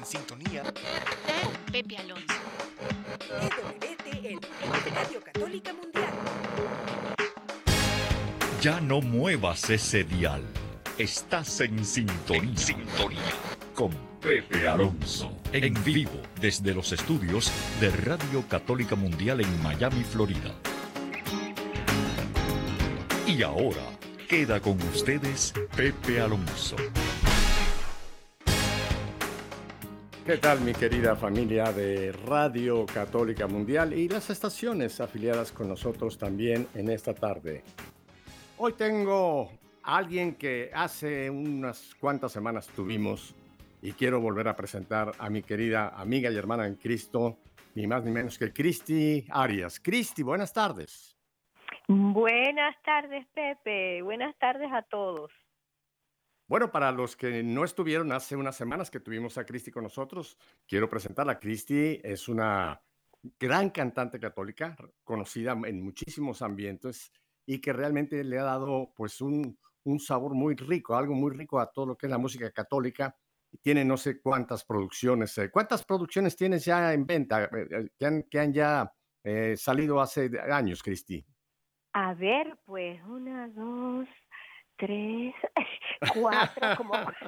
sintonía con Pepe Alonso. EWTN, Radio Católica Mundial. Ya no muevas ese dial. Estás en sintonía con Pepe Alonso. En vivo desde los estudios de Radio Católica Mundial en Miami, Florida. Y ahora queda con ustedes Pepe Alonso. ¿Qué tal, mi querida familia de Radio Católica Mundial y las estaciones afiliadas con nosotros también en esta tarde? Hoy tengo a alguien que hace unas cuantas semanas tuvimos y quiero volver a presentar a mi querida amiga y hermana en Cristo, ni más ni menos que Cristi Arias. Cristi, buenas tardes. Buenas tardes, Pepe. Buenas tardes a todos. Bueno, para los que no estuvieron hace unas semanas que tuvimos a Cristi con nosotros, quiero presentarla. A Cristi es una gran cantante católica, conocida en muchísimos ambientes y que realmente le ha dado pues un sabor muy rico, algo muy rico a todo lo que es la música católica. Tiene no sé cuántas producciones. ¿Cuántas producciones tienes ya en venta que han ya salido hace años, Cristi? A ver, pues 1, 2, 3, 4,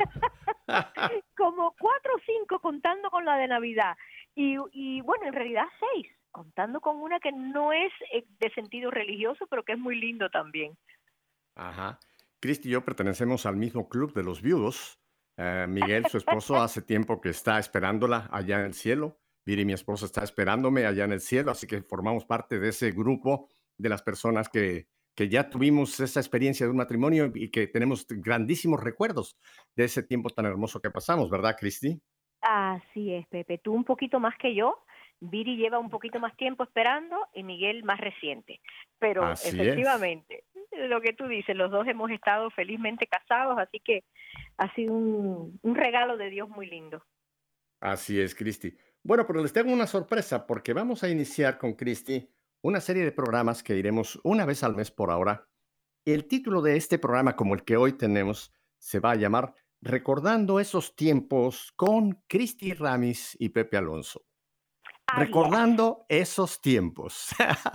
como 4 o 5 contando con la de Navidad. Y bueno, en realidad 6, contando con una que no es de sentido religioso, pero que es muy lindo también. Ajá. Cristi y yo pertenecemos al mismo club de los viudos. Miguel, su esposo, hace tiempo que está esperándola allá en el cielo. Viri, mi esposa, está esperándome allá en el cielo, así que formamos parte de ese grupo de las personas que ya tuvimos esa experiencia de un matrimonio y que tenemos grandísimos recuerdos de ese tiempo tan hermoso que pasamos, ¿verdad, Cristi? Así es, Pepe. Tú un poquito más que yo. Viri lleva un poquito más tiempo esperando y Miguel más reciente. Pero Así efectivamente, lo que tú dices, los dos hemos estado felizmente casados, así que ha sido un regalo de Dios muy lindo. Así es, Cristi. Bueno, pero les tengo una sorpresa porque vamos a iniciar con Cristi una serie de programas que iremos una vez al mes por ahora. El título de este programa, como el que hoy tenemos, se va a llamar Recordando esos tiempos con Cristi Ramis y Pepe Alonso. Recordando esos tiempos.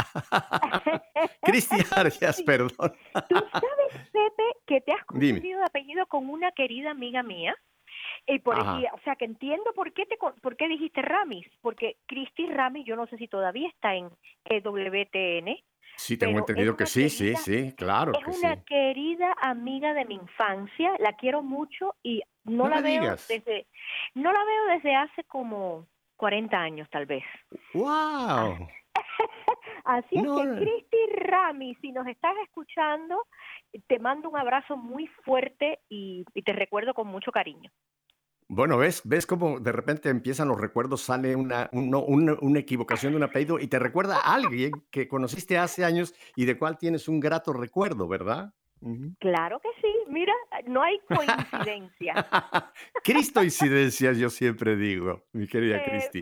Cristi Arias, perdón. Tú sabes, Pepe, que te has confundido Dime. de apellido con una querida amiga mía. Y o sea, que entiendo por qué dijiste Ramis, porque Cristi Ramis, yo no sé si todavía está en EWTN. Sí, tengo entendido que sí, claro que sí. Es una querida amiga de mi infancia, la quiero mucho y no la veo desde hace como 40 años tal vez. ¡Wow! Así es que Cristi Ramis, si nos estás escuchando, te mando un abrazo muy fuerte y te recuerdo con mucho cariño. Bueno, ¿ves cómo de repente empiezan los recuerdos, sale una equivocación de un apellido y te recuerda a alguien que conociste hace años y de cual tienes un grato recuerdo, ¿verdad? Uh-huh. Claro que sí, mira, no hay coincidencia. Cristoincidencias, yo siempre digo, mi querida Cristi.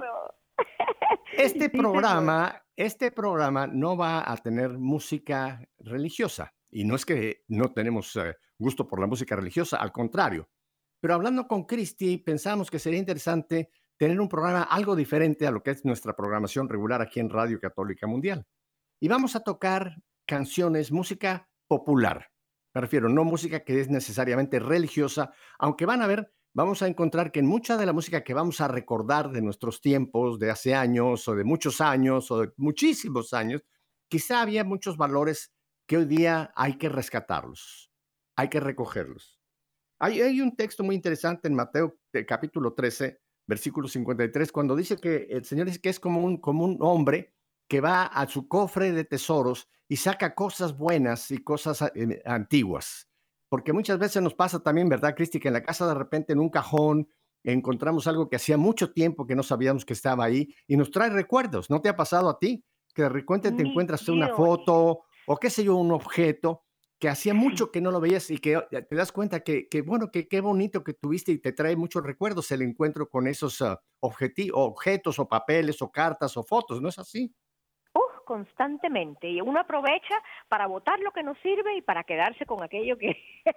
Este programa no va a tener música religiosa y no es que no tenemos gusto por la música religiosa, al contrario. Pero hablando con Cristi, pensamos que sería interesante tener un programa algo diferente a lo que es nuestra programación regular aquí en Radio Católica Mundial. Y vamos a tocar canciones, música popular. Me refiero, no música que es necesariamente religiosa, aunque vamos a encontrar que en mucha de la música que vamos a recordar de nuestros tiempos, de hace años, o de muchos años, o de muchísimos años, quizá había muchos valores que hoy día hay que rescatarlos, hay que recogerlos. Hay un texto muy interesante en Mateo capítulo 13, versículo 53, cuando dice que el Señor dice que es como un hombre que va a su cofre de tesoros y saca cosas buenas y cosas antiguas. Porque muchas veces nos pasa también, ¿verdad, Cristi? Que en la casa de repente en un cajón encontramos algo que hacía mucho tiempo que no sabíamos que estaba ahí y nos trae recuerdos. ¿No te ha pasado a ti? Que de repente te encuentras una foto o qué sé yo, un objeto que hacía mucho que no lo veías y que te das cuenta que bueno, que qué bonito que tuviste y te trae muchos recuerdos el encuentro con esos objetos o papeles o cartas o fotos, ¿no es así? constantemente y uno aprovecha para botar lo que no sirve y para quedarse con aquello que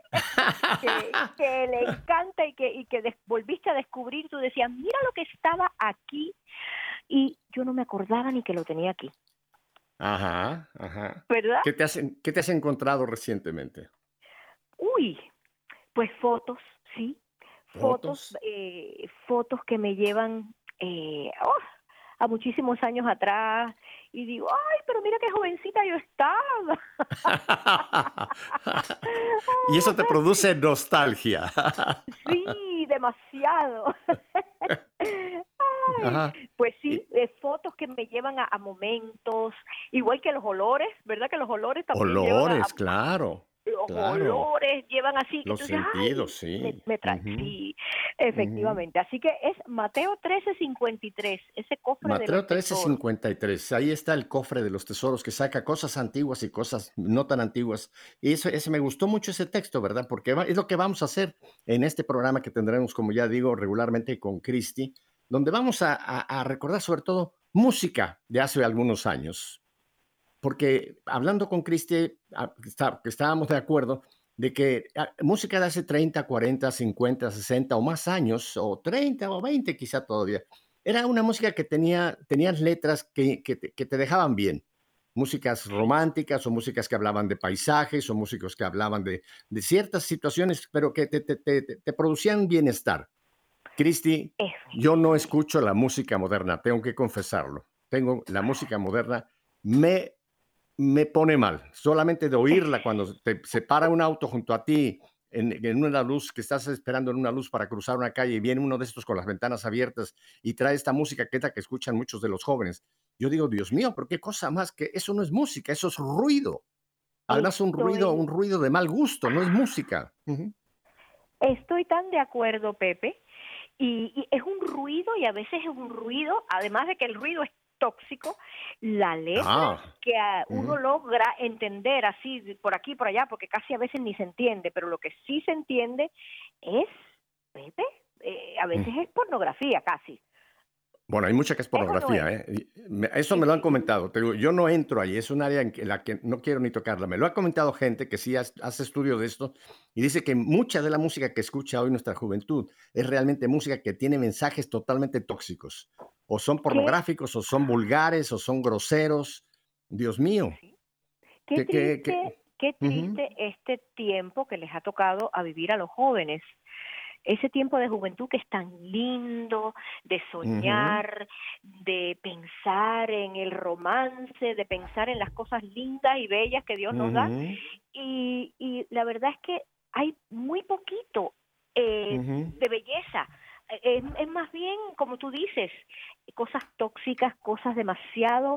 le encanta y que volviste a descubrir. Tú decías, mira lo que estaba aquí y yo no me acordaba ni que lo tenía aquí. Ajá, ajá. ¿Verdad? ¿Qué te has encontrado recientemente? Uy, pues fotos, sí. Fotos que me llevan a muchísimos años atrás y digo, ay, pero mira qué jovencita yo estaba. Y eso te produce nostalgia. Sí, demasiado. Ay, Ajá. pues sí, fotos que me llevan a momentos, igual que los olores, ¿verdad? Que los olores también Olores, llevan claro. los Claro. olores llevan así. Que Los tú dices, sentidos, ay, sí. sí, efectivamente. Así que es Mateo 13:53, ese cofre de Mateo los tesoros. 13:53. Ahí está el cofre de los tesoros que saca cosas antiguas y cosas no tan antiguas. Y ese me gustó mucho ese texto, ¿verdad? Porque es lo que vamos a hacer en este programa que tendremos, como ya digo, regularmente con Cristi, donde vamos a recordar sobre todo música de hace algunos años. Porque hablando con Cristi, estábamos de acuerdo de que música de hace 30, 40, 50, 60 o más años, o 30 o 20 quizá todavía, era una música que tenías letras que te dejaban bien. Músicas románticas o músicas que hablaban de paisajes o músicos que hablaban de ciertas situaciones, pero que te producían bienestar. Cristi, yo no escucho la música moderna, tengo que confesarlo. La música moderna me pone mal. Solamente de oírla cuando se para un auto junto a ti en una luz, que estás esperando en una luz para cruzar una calle y viene uno de estos con las ventanas abiertas y trae esta música que es la que escuchan muchos de los jóvenes. Yo digo, Dios mío, pero qué cosa más, que eso no es música, eso es ruido. Además, un ruido de mal gusto, no es música. Estoy tan de acuerdo, Pepe. Y es un ruido, y a veces es un ruido, además de que el ruido es tóxico, la letra que uno logra entender así, por aquí, por allá, porque casi a veces ni se entiende, pero lo que sí se entiende es, Pepe, a veces es pornografía casi. Bueno, hay mucha que es pornografía, Eso me lo han comentado. Te digo, yo no entro ahí, es un área en la que no quiero ni tocarla. Me lo ha comentado gente que sí hace estudio de esto y dice que mucha de la música que escucha hoy nuestra juventud es realmente música que tiene mensajes totalmente tóxicos. O son pornográficos, o son vulgares, o son groseros. Dios mío. Qué triste este tiempo que les ha tocado a vivir a los jóvenes. Ese tiempo de juventud que es tan lindo, de soñar, de pensar en el romance, de pensar en las cosas lindas y bellas que Dios nos da. Y la verdad es que hay muy poquito de belleza. Es más bien, como tú dices, cosas tóxicas, cosas demasiado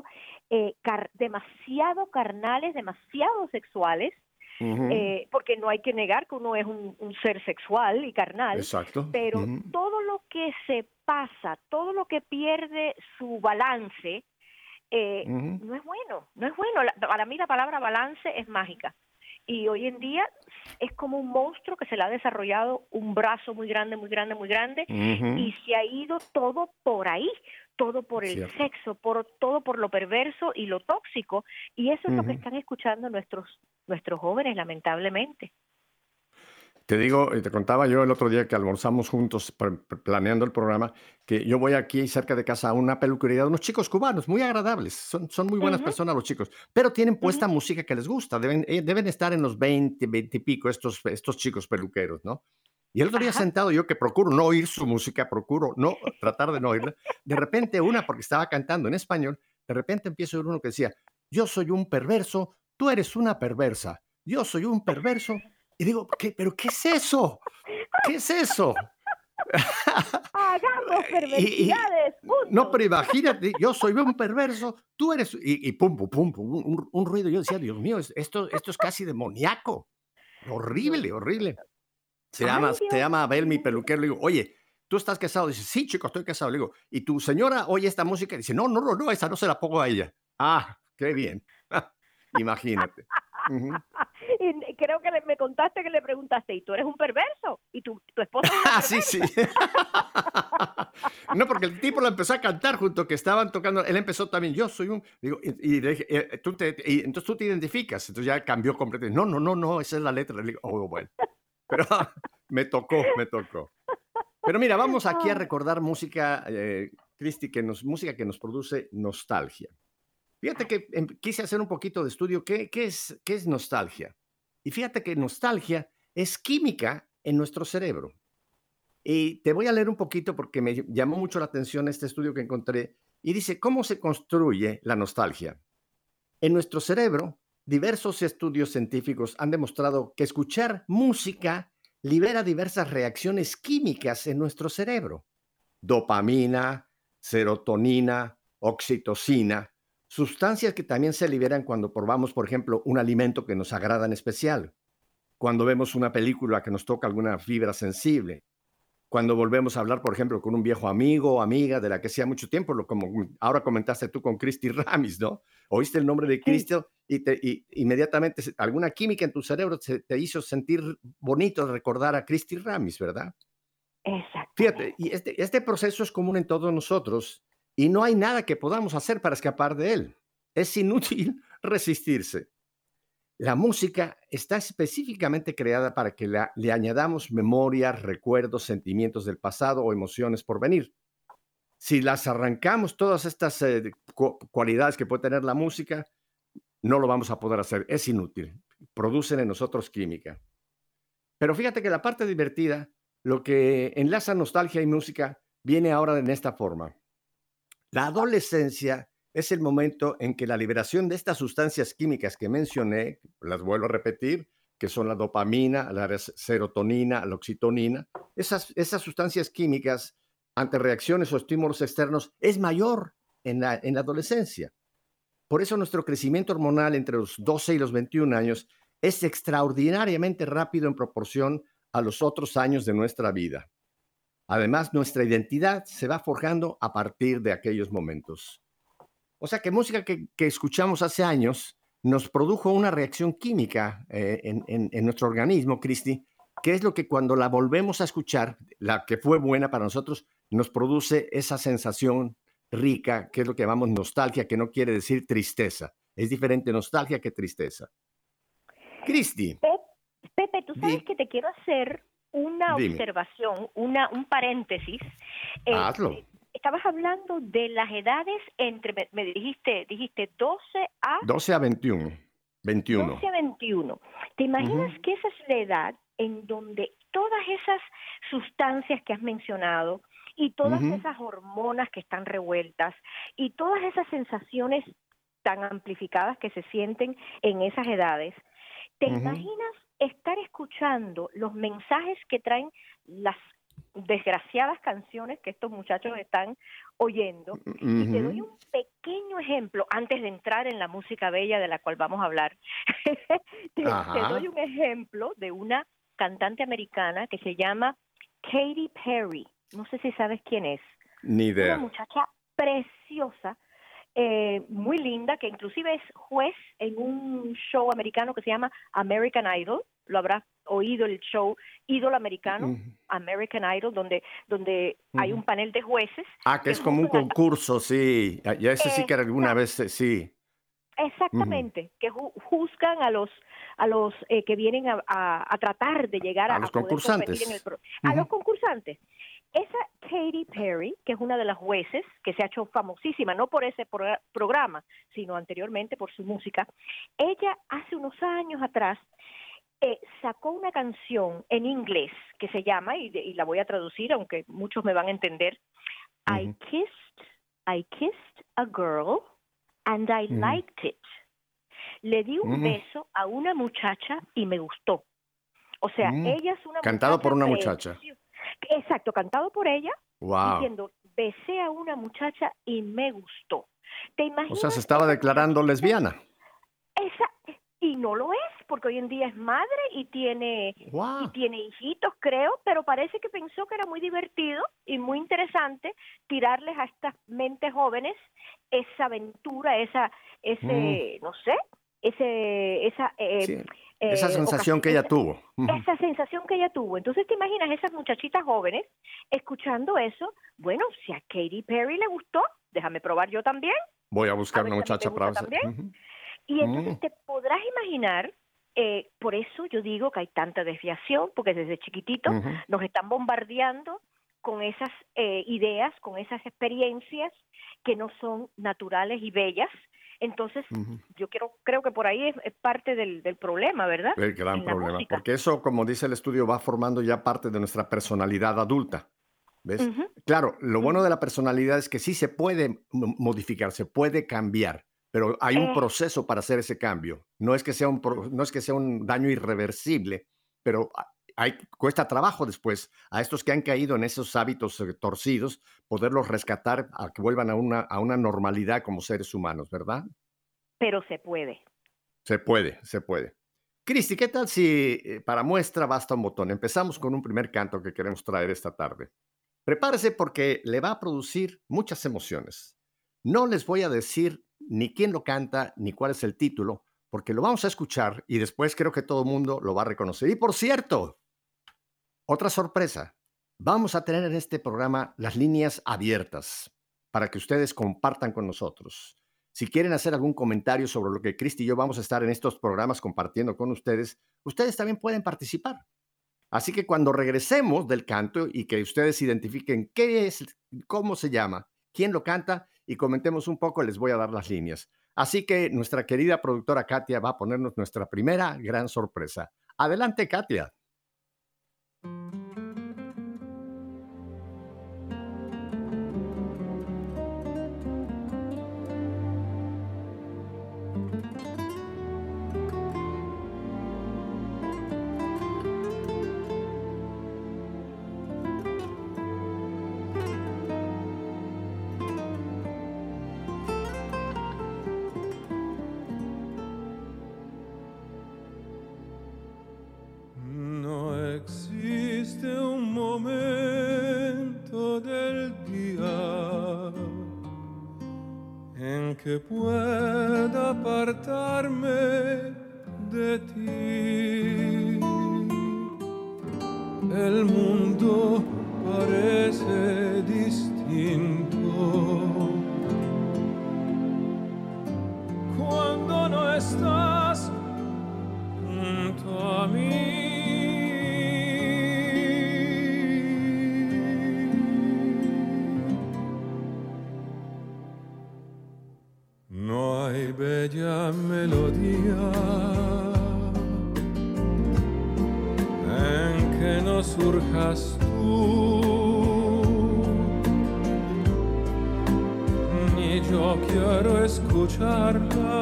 carnales, demasiado sexuales. Porque no hay que negar que uno es un ser sexual y carnal. Exacto. Pero todo lo que se pasa, todo lo que pierde su balance, no es bueno, no es bueno. Para mí la palabra balance es mágica. Y hoy en día es como un monstruo que se le ha desarrollado un brazo muy grande, muy grande, muy grande, y se ha ido todo por ahí, todo por el sexo, todo por lo perverso y lo tóxico, y eso es lo que están escuchando nuestros jóvenes, lamentablemente. Te digo, te contaba yo el otro día que almorzamos juntos planeando el programa, que yo voy aquí cerca de casa a una peluquería de unos chicos cubanos, muy agradables, son muy buenas personas los chicos, pero tienen puesta música que les gusta, deben estar en los 20 y pico estos chicos peluqueros, ¿no? Y el otro día sentado yo, que procuro no oír su música, procuro no tratar de no oírla, de repente porque estaba cantando en español, de repente empiezo a oír uno que decía, yo soy un perverso, tú eres una perversa, yo soy un perverso. Y digo, ¿pero qué es eso? ¿Qué es eso? Hagamos perversidades. No, pero imagínate, yo soy un perverso, tú eres... Y pum, pum, pum, un ruido. Yo decía, Dios mío, esto es casi demoníaco. Horrible, horrible. Se llama Abel, mi peluquero. Le digo, oye, ¿tú estás casado? Dice, sí, chico, estoy casado. Le digo, ¿y tu señora oye esta música? Dice, no, esa no se la pongo a ella. Ah, qué bien. Imagínate. Y creo que me contaste que le preguntaste, ¿y tú eres un perverso? ¿Y tu esposa es una perversa? Sí. No, porque el tipo lo empezó a cantar junto que estaban tocando. Él empezó también, yo soy un... Digo, y le dije, entonces tú te identificas. Entonces ya cambió completamente. No, esa es la letra. Le digo, oh, bueno. Pero me tocó. Pero mira, vamos aquí a recordar música, Cristi, música que nos produce nostalgia. Fíjate que quise hacer un poquito de estudio. ¿Qué es nostalgia? Y fíjate que nostalgia es química en nuestro cerebro. Y te voy a leer un poquito porque me llamó mucho la atención este estudio que encontré y dice, ¿cómo se construye la nostalgia? En nuestro cerebro, diversos estudios científicos han demostrado que escuchar música libera diversas reacciones químicas en nuestro cerebro. Dopamina, serotonina, oxitocina, sustancias que también se liberan cuando probamos, por ejemplo, un alimento que nos agrada en especial, cuando vemos una película que nos toca alguna fibra sensible, cuando volvemos a hablar, por ejemplo, con un viejo amigo o amiga de la que hacía mucho tiempo, como ahora comentaste tú con Cristi Ramis, ¿no? Oíste el nombre de Cristi y inmediatamente alguna química en tu cerebro te hizo sentir bonito recordar a Cristi Ramis, ¿verdad? Exacto. Fíjate, y este proceso es común en todos nosotros y no hay nada que podamos hacer para escapar de él. Es inútil resistirse. La música está específicamente creada para que le añadamos memorias, recuerdos, sentimientos del pasado o emociones por venir. Si las arrancamos, todas estas cualidades que puede tener la música, no lo vamos a poder hacer. Es inútil. Producen en nosotros química. Pero fíjate que la parte divertida, lo que enlaza nostalgia y música, viene ahora en esta forma. La adolescencia es el momento en que la liberación de estas sustancias químicas que mencioné, las vuelvo a repetir, que son la dopamina, la serotonina, la oxitocina, esas sustancias químicas ante reacciones o estímulos externos es mayor en la adolescencia. Por eso nuestro crecimiento hormonal entre los 12 y los 21 años es extraordinariamente rápido en proporción a los otros años de nuestra vida. Además, nuestra identidad se va forjando a partir de aquellos momentos. O sea que música que escuchamos hace años nos produjo una reacción química en nuestro organismo, Cristi, que es lo que cuando la volvemos a escuchar, la que fue buena para nosotros, nos produce esa sensación rica, que es lo que llamamos nostalgia, que no quiere decir tristeza. Es diferente nostalgia que tristeza. Cristi. Pepe, tú sabes que te quiero hacer una observación, un paréntesis. Hazlo. Estabas hablando de las edades entre, me dijiste 12 a 21. 12 a 21. ¿Te imaginas que esa es la edad en donde todas esas sustancias que has mencionado y todas esas hormonas que están revueltas y todas esas sensaciones tan amplificadas que se sienten en esas edades, ¿te imaginas estar escuchando los mensajes que traen las desgraciadas canciones que estos muchachos están oyendo? Y te doy un pequeño ejemplo antes de entrar en la música bella de la cual vamos a hablar. te doy un ejemplo de una cantante americana que se llama Katy Perry. No sé si sabes quién es. Ni idea. Una muchacha preciosa, muy linda, que inclusive es juez en un show americano que se llama American Idol. Lo habrás oído, el show ídolo americano, American Idol, donde hay un panel de jueces. Que es como un concurso, sí. Ya ese sí que alguna vez, sí. Exactamente, que juzgan a los que vienen a tratar de llegar a los concursantes. A los concursantes. Esa Katy Perry, que es una de las jueces, que se ha hecho famosísima, no por ese programa, sino anteriormente por su música, ella hace unos años atrás sacó una canción en inglés que se llama, y la voy a traducir, aunque muchos me van a entender, I kissed a girl and I liked it. Le di un beso a una muchacha y me gustó. O sea, ella es una cantado por una muchacha. Exacto, cantado por ella, wow, diciendo, besé a una muchacha y me gustó. ¿Te imaginas? O sea, se estaba declarando lesbiana. Y no lo es, porque hoy en día es madre y tiene hijitos, creo, pero parece que pensó que era muy divertido y muy interesante tirarles a estas mentes jóvenes esa aventura, no sé, Esa sensación que ella tuvo. Esa sensación que ella tuvo. Entonces, ¿te imaginas esas muchachitas jóvenes escuchando eso? Bueno, si a Katy Perry le gustó, déjame probar yo también. Voy a buscar una muchacha para... Y entonces te podrás imaginar, por eso yo digo que hay tanta desviación, porque desde chiquititos nos están bombardeando con esas ideas, con esas experiencias que no son naturales y bellas. Entonces, yo creo que por ahí es parte del problema, ¿verdad? El gran problema, porque eso, como dice el estudio, va formando ya parte de nuestra personalidad adulta, ¿ves? Claro, lo bueno de la personalidad es que sí se puede modificar, se puede cambiar, pero hay un proceso para hacer ese cambio. No es que sea un daño irreversible, pero cuesta trabajo después a estos que han caído en esos hábitos torcidos, poderlos rescatar a que vuelvan a una normalidad como seres humanos, ¿verdad? Pero se puede. Se puede. Cristi, ¿qué tal si para muestra basta un botón? Empezamos con un primer canto que queremos traer esta tarde. Prepárese porque le va a producir muchas emociones. No les voy a decir ni quién lo canta ni cuál es el título, porque lo vamos a escuchar y después creo que todo el mundo lo va a reconocer. Y por cierto, otra sorpresa, vamos a tener en este programa las líneas abiertas para que ustedes compartan con nosotros. Si quieren hacer algún comentario sobre lo que Cristi y yo vamos a estar en estos programas compartiendo con ustedes, ustedes también pueden participar. Así que cuando regresemos del canto y que ustedes identifiquen qué es, cómo se llama, quién lo canta y comentemos un poco, les voy a dar las líneas. Así que nuestra querida productora Katia va a ponernos nuestra primera gran sorpresa. Adelante, Katia. Que pueda apartarme de ti. El mundo parece distinto cuando no estás junto a mí. No hay bella melodía en que no surjas tú, ni yo quiero escucharla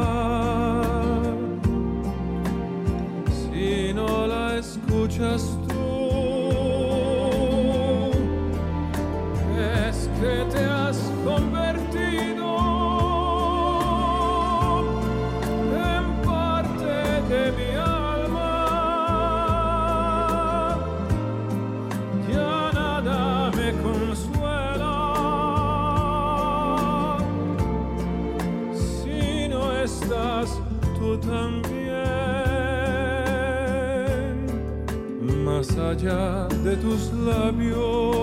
si no la escuchas tú. Es que te has convertido de mi alma, ya nada me consuela si no estás tú también. Más allá de tus labios,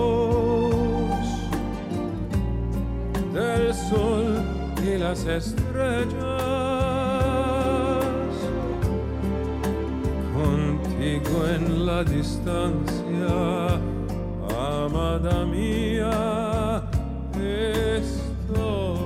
del sol y las estrellas, contigo en la distancia, amada mía, estoy.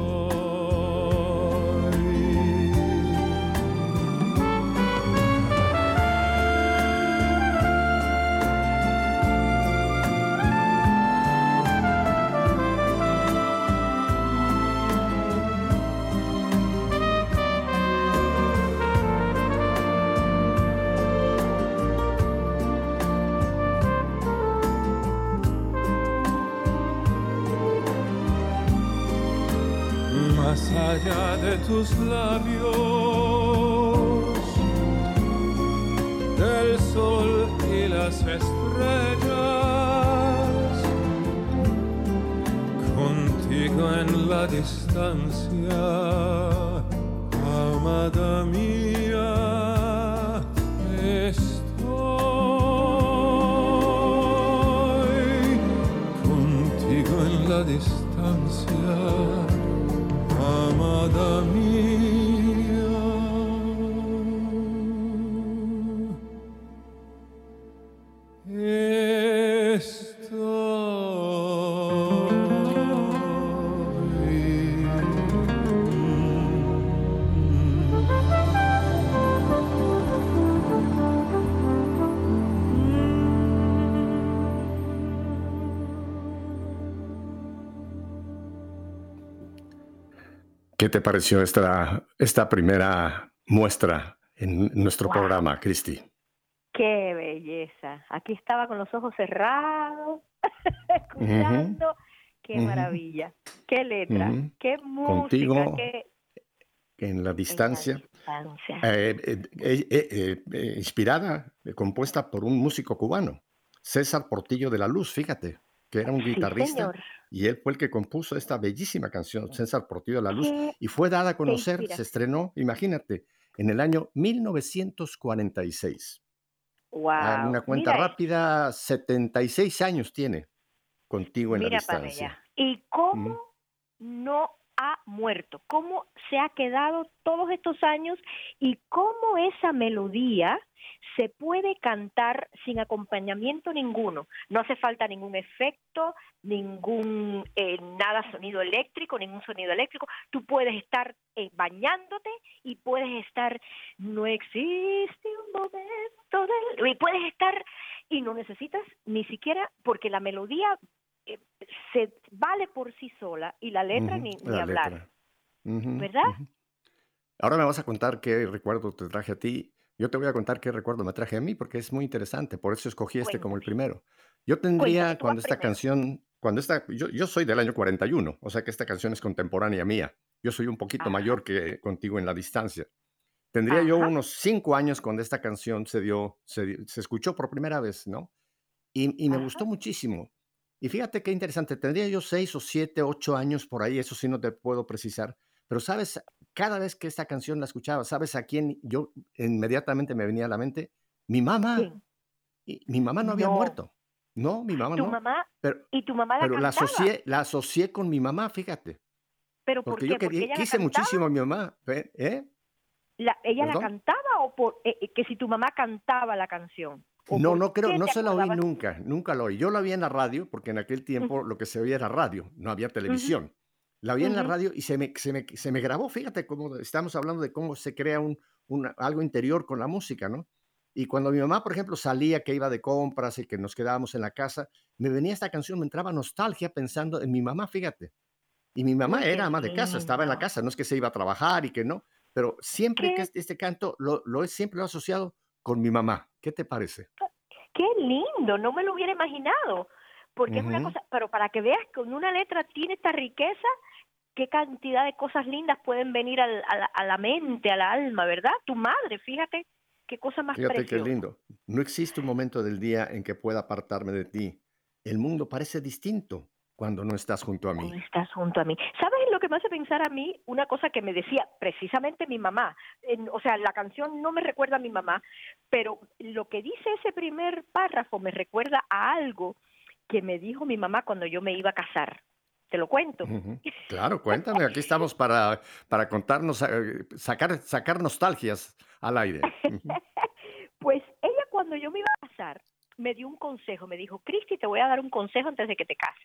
Más allá de tus labios, del sol y las estrellas, contigo en la distancia, amada mía, la distancia, amada mía. ¿Qué te pareció esta primera muestra en nuestro programa, Cristi? ¡Qué belleza! Aquí estaba con los ojos cerrados, escuchando. ¡Qué maravilla! ¡Qué letra! ¡Qué música! Contigo, en la distancia. Inspirada, compuesta por un músico cubano, César Portillo de la Luz, fíjate, que era un guitarrista. Sí, y él fue el que compuso esta bellísima canción, César Portillo de la Luz, y fue dada a conocer, se estrenó, imagínate, en el año 1946. Wow. Una cuenta rápida, 76 años tiene Contigo en la distancia. ¿Y cómo no ha muerto? ¿Cómo se ha quedado todos estos años? ¿Y cómo esa melodía se puede cantar sin acompañamiento ninguno? No hace falta ningún efecto, ningún sonido eléctrico. Tú puedes estar bañándote y puedes estar, no existe un momento y puedes estar, y no necesitas ni siquiera, porque la melodía se vale por sí sola y la letra ni hablar. ¿Verdad? Ahora me vas a contar qué recuerdo te traje a ti. Yo te voy a contar qué recuerdo me traje a mí, porque es muy interesante. Por eso escogí como el primero. Yo tendría, yo soy del año 41, o sea que esta canción es contemporánea mía. Yo soy un poquito mayor que Contigo en la distancia. Tendría yo unos 5 años cuando esta canción se escuchó por primera vez, ¿no? Y me gustó muchísimo. Y fíjate qué interesante, tendría yo 6 o 7, 8 años por ahí, eso sí no te puedo precisar, pero sabes, cada vez que esta canción la escuchaba, ¿sabes a quién yo inmediatamente me venía a la mente? Mi mamá. ¿Quién? Y mi mamá no había muerto. No, mi mamá ¿Tu no. mamá? Pero, ¿Y tu mamá la cantaba? la asocié con mi mamá, fíjate. ¿Pero por qué? Porque yo quise muchísimo a mi mamá. ¿Ella la cantaba o que si tu mamá cantaba la canción? No creo, no se la oí nunca la oí. Yo la vi en la radio, porque en aquel tiempo lo que se oía era radio, no había televisión. La vi en la radio y se me grabó, fíjate cómo estamos hablando de cómo se crea algo interior con la música, ¿no? Y cuando mi mamá, por ejemplo, salía, que iba de compras y que nos quedábamos en la casa, me venía esta canción, me entraba nostalgia pensando en mi mamá, fíjate. Y mi mamá era ama de casa, estaba en la casa, no es que se iba a trabajar y que no, pero siempre que este canto siempre lo he asociado con mi mamá. ¿Qué te parece? ¡Qué lindo! No me lo hubiera imaginado, porque es una cosa, pero para que veas que una letra tiene esta riqueza, qué cantidad de cosas lindas pueden venir a la mente, al alma, ¿verdad? Tu madre, fíjate, qué cosa más preciosa. Fíjate qué lindo. No existe un momento del día en que pueda apartarme de ti. El mundo parece distinto cuando no estás junto a mí. No estás junto a mí. ¿Sabes lo que me hace pensar a mí? Una cosa que me decía precisamente mi mamá. O sea, la canción no me recuerda a mi mamá, pero lo que dice ese primer párrafo me recuerda a algo que me dijo mi mamá cuando yo me iba a casar. ¿Te lo cuento? Claro, cuéntame. Aquí estamos para contarnos, sacar nostalgias al aire. Pues ella cuando yo me iba a casar me dio un consejo. Me dijo, Cristi, te voy a dar un consejo antes de que te cases.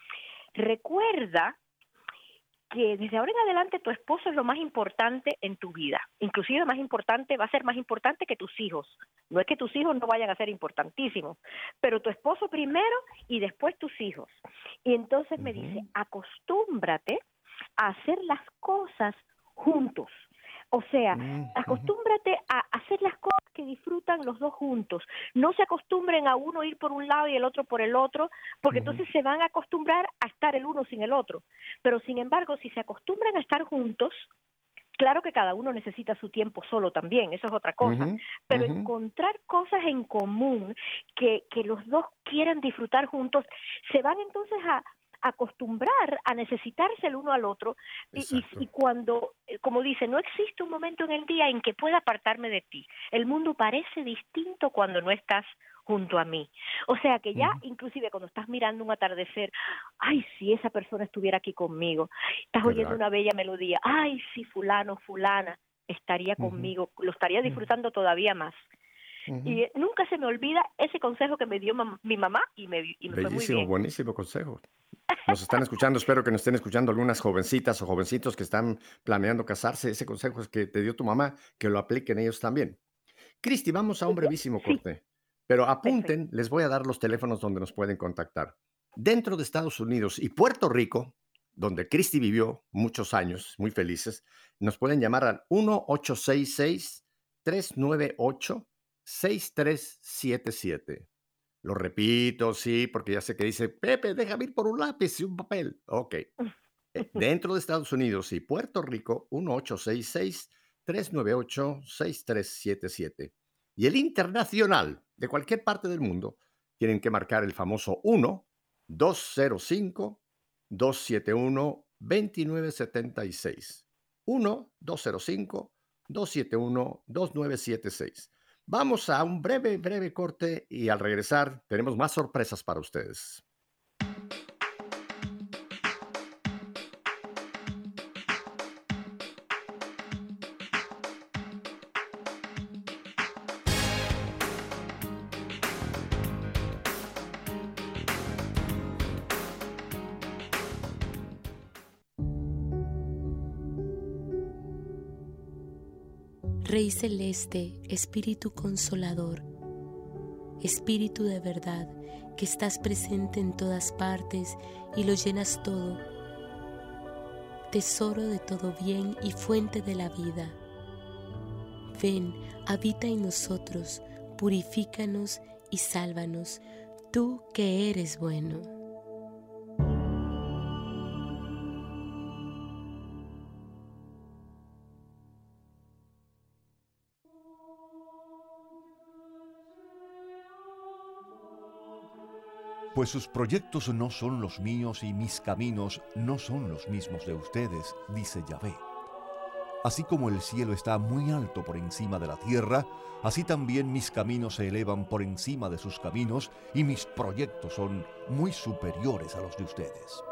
Recuerda que desde ahora en adelante tu esposo es lo más importante en tu vida. Inclusive va a ser más importante que tus hijos. No es que tus hijos no vayan a ser importantísimos, pero tu esposo primero y después tus hijos. Y entonces me dice, acostúmbrate a hacer las cosas juntos. O sea, acostúmbrate a hacer las cosas que disfrutan los dos juntos. No se acostumbren a uno ir por un lado y el otro por el otro, porque entonces se van a acostumbrar a estar el uno sin el otro. Pero sin embargo, si se acostumbran a estar juntos, claro que cada uno necesita su tiempo solo también, eso es otra cosa. Pero encontrar cosas en común que los dos quieran disfrutar juntos, se van entonces a acostumbrar a necesitarse el uno al otro y cuando, como dice, no existe un momento en el día en que pueda apartarme de ti. El mundo parece distinto cuando no estás junto a mí. O sea que ya inclusive cuando estás mirando un atardecer, ay, si esa persona estuviera aquí conmigo, estás oyendo una bella melodía, ay, si fulano, fulana estaría conmigo, lo estaría disfrutando todavía más. Y nunca se me olvida ese consejo que me dio mi mamá y me fue muy bien. Buenísimo consejo. Nos están escuchando, espero que nos estén escuchando algunas jovencitas o jovencitos que están planeando casarse. Ese consejo es que te dio tu mamá, que lo apliquen ellos también. Cristi, vamos a un brevísimo corte, pero apunten, les voy a dar los teléfonos donde nos pueden contactar. Dentro de Estados Unidos y Puerto Rico, donde Cristi vivió muchos años, muy felices, nos pueden llamar al 1-866-398-6377. Lo repito, sí, porque ya sé que dice, Pepe, déjame ir por un lápiz y un papel. Ok. Dentro de Estados Unidos y Puerto Rico, 1-866-398-6377. Y el internacional, de cualquier parte del mundo, tienen que marcar el famoso 1-205-271-2976. 1-205-271-2976. Vamos a un breve corte y al regresar tenemos más sorpresas para ustedes. Rey Celeste, Espíritu Consolador, Espíritu de verdad, que estás presente en todas partes y lo llenas todo, tesoro de todo bien y fuente de la vida. Ven, habita en nosotros, purifícanos y sálvanos, tú que eres bueno. Pues sus proyectos no son los míos y mis caminos no son los mismos de ustedes, dice Yahvé. Así como el cielo está muy alto por encima de la tierra, así también mis caminos se elevan por encima de sus caminos y mis proyectos son muy superiores a los de ustedes.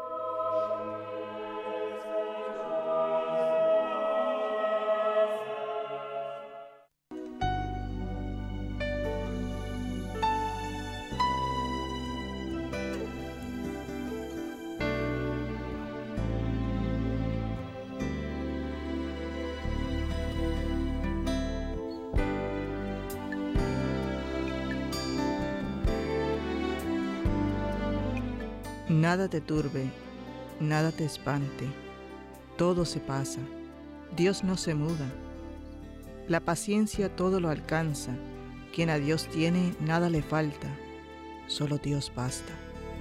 Nada te turbe, nada te espante, todo se pasa, Dios no se muda. La paciencia todo lo alcanza, quien a Dios tiene nada le falta, solo Dios basta.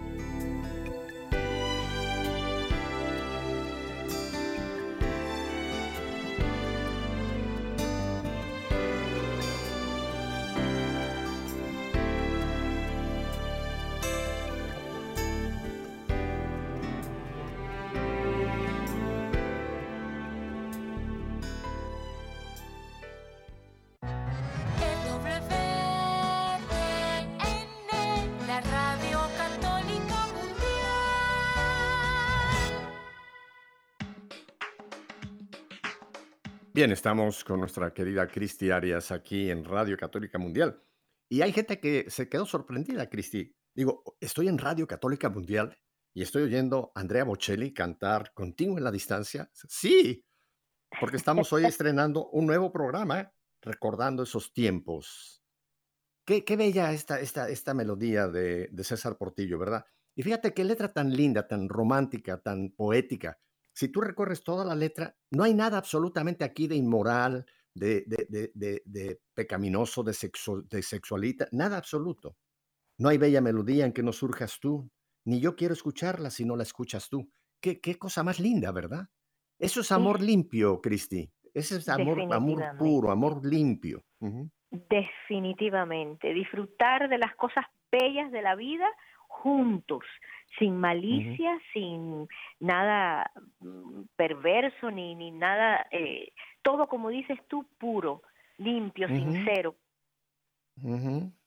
Bien, estamos con nuestra querida Cristi Arias aquí en Radio Católica Mundial. Y hay gente que se quedó sorprendida, Cristi. Digo, estoy en Radio Católica Mundial y estoy oyendo a Andrea Bocelli cantar Contigo en la Distancia. Sí, porque estamos hoy estrenando un nuevo programa recordando esos tiempos. Qué bella esta melodía de César Portillo, ¿verdad? Y fíjate qué letra tan linda, tan romántica, tan poética. Si tú recorres toda la letra, no hay nada absolutamente aquí de inmoral, de pecaminoso, de sexualita, nada absoluto. No hay bella melodía en que no surjas tú, ni yo quiero escucharla si no la escuchas tú. Qué cosa más linda, ¿verdad? Eso es amor limpio, Cristi. Ese es amor puro, amor limpio. Uh-huh. Definitivamente. Disfrutar de las cosas bellas de la vida juntos, sin malicia, sin nada perverso, ni nada, todo como dices tú, puro, limpio, sincero.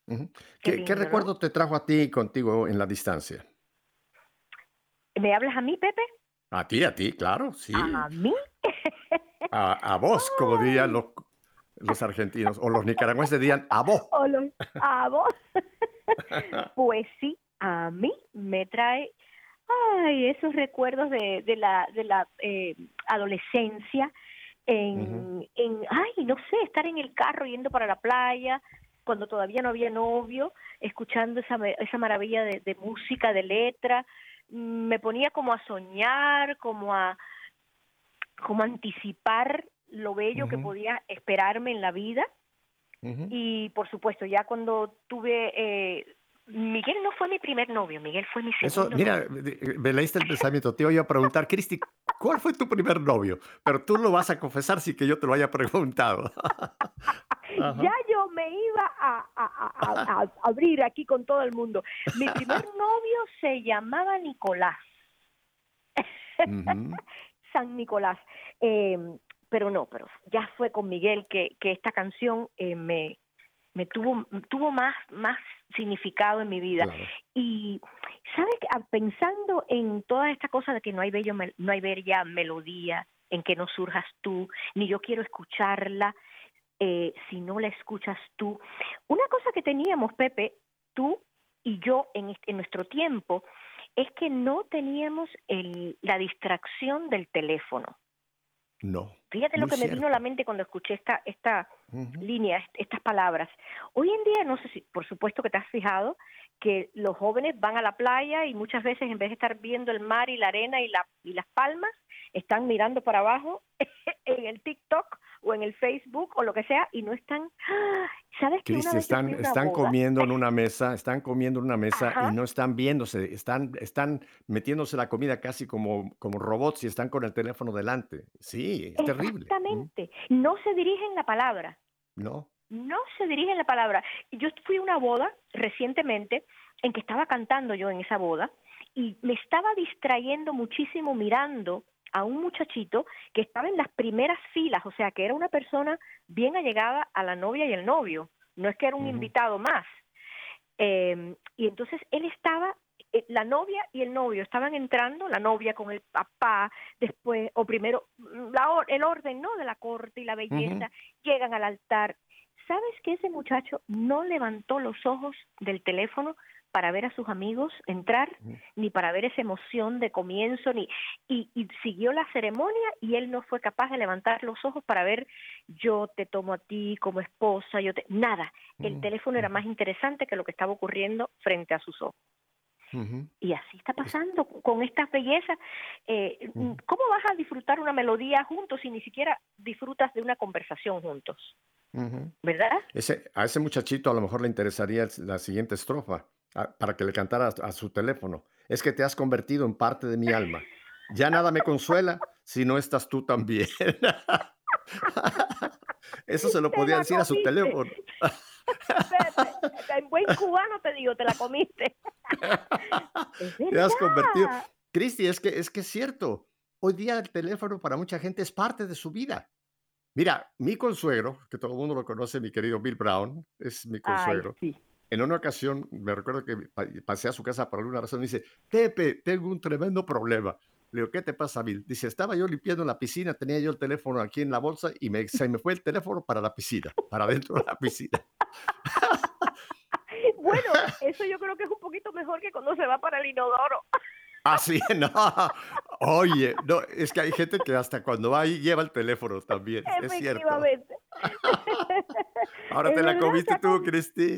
¿Qué recuerdo te trajo a ti contigo en la distancia? ¿Me hablas a mí, Pepe? A ti, claro, sí. ¿A mí? A vos, como dirían los argentinos, o los nicaragüenses dirían a vos. ¿A vos? Pues sí, a mí me trae esos recuerdos de la adolescencia, no sé, estar en el carro yendo para la playa, cuando todavía no había novio, escuchando esa maravilla de música, de letra. Me ponía como a soñar, como a anticipar lo bello que podía esperarme en la vida. Y por supuesto, ya cuando tuve... Miguel no fue mi primer novio, Miguel fue mi segundo novio. Me leíste el pensamiento. Te iba a preguntar, Cristi, ¿cuál fue tu primer novio? Pero tú lo vas a confesar sin que yo te lo haya preguntado. Ya yo me iba a abrir aquí con todo el mundo. Mi primer novio se llamaba Nicolás. San Nicolás. Pero ya fue con Miguel que esta canción me tuvo más significado en mi vida. Claro. Y sabes, pensando en toda esta cosa de que no hay bella melodía en que no surjas tú, ni yo quiero escucharla si no la escuchas tú. Una cosa que teníamos, Pepe, tú y yo en nuestro tiempo, es que no teníamos la distracción del teléfono. No. Fíjate lo que me vino a la mente cuando escuché esta línea, estas palabras. Hoy en día, no sé si, por supuesto que te has fijado, que los jóvenes van a la playa y muchas veces en vez de estar viendo el mar y la arena y las palmas, están mirando para abajo en el TikTok o en el Facebook o lo que sea y no están... ¿Sabes qué? Cristi, están comiendo en una mesa, y no están viéndose, están metiéndose la comida casi como robots y están con el teléfono delante. Sí, es terrible. Exactamente. No se dirigen la palabra. No se dirigen la palabra. Yo fui a una boda recientemente en que estaba cantando yo en esa boda y me estaba distrayendo muchísimo mirando a un muchachito que estaba en las primeras filas, o sea, que era una persona bien allegada a la novia y el novio, no es que era un invitado más. Y entonces él estaba, la novia y el novio estaban entrando, la novia con el papá, después, o primero, el orden, ¿no?, de la corte y la belleza, llegan al altar. ¿Sabes que ese muchacho no levantó los ojos del teléfono para ver a sus amigos entrar, ni para ver esa emoción de comienzo, y siguió la ceremonia y él no fue capaz de levantar los ojos para ver, yo te tomo a ti como esposa, nada. El teléfono era más interesante que lo que estaba ocurriendo frente a sus ojos. Y así está pasando con estas bellezas. ¿Cómo vas a disfrutar una melodía juntos si ni siquiera disfrutas de una conversación juntos? ¿Verdad? A ese muchachito a lo mejor le interesaría la siguiente estrofa para que le cantara a su teléfono. Es que te has convertido en parte de mi alma. Ya nada me consuela si no estás tú también. Eso se lo podía decir a su teléfono. En buen cubano te digo, te la comiste. Te has convertido. Cristi, es que es cierto. Hoy día el teléfono para mucha gente es parte de su vida. Mira, mi consuegro, que todo el mundo lo conoce, mi querido Bill Brown, es mi consuegro. Ay, sí. En una ocasión, me recuerdo que pasé a su casa por alguna razón, y dice, Pepe, tengo un tremendo problema. Le digo, ¿qué te pasa, Bill? Dice, estaba yo limpiando la piscina, tenía yo el teléfono aquí en la bolsa y se me fue el teléfono para la piscina, para dentro de la piscina. Bueno, eso yo creo que es un poquito mejor que cuando se va para el inodoro. Así, no. Oye, no, es que hay gente que hasta cuando va ahí lleva el teléfono también, es cierto. Ahora te la comiste tú, Cristi.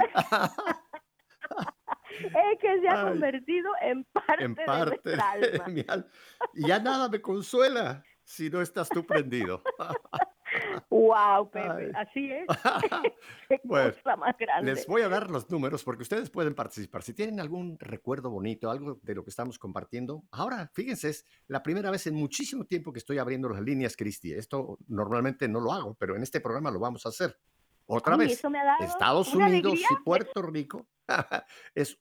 Es que se ha convertido en parte de nuestra alma. Mi alma. Y ya nada me consuela si no estás tú prendido. Wow, Pepe, así es. Qué bueno, cosa más grande. Les voy a dar los números porque ustedes pueden participar. Si tienen algún recuerdo bonito, algo de lo que estamos compartiendo. Ahora, fíjense, es la primera vez en muchísimo tiempo que estoy abriendo las líneas, Cristi. Esto normalmente no lo hago, pero en este programa lo vamos a hacer. Otra vez, eso me ha dado Estados Unidos y Puerto Rico es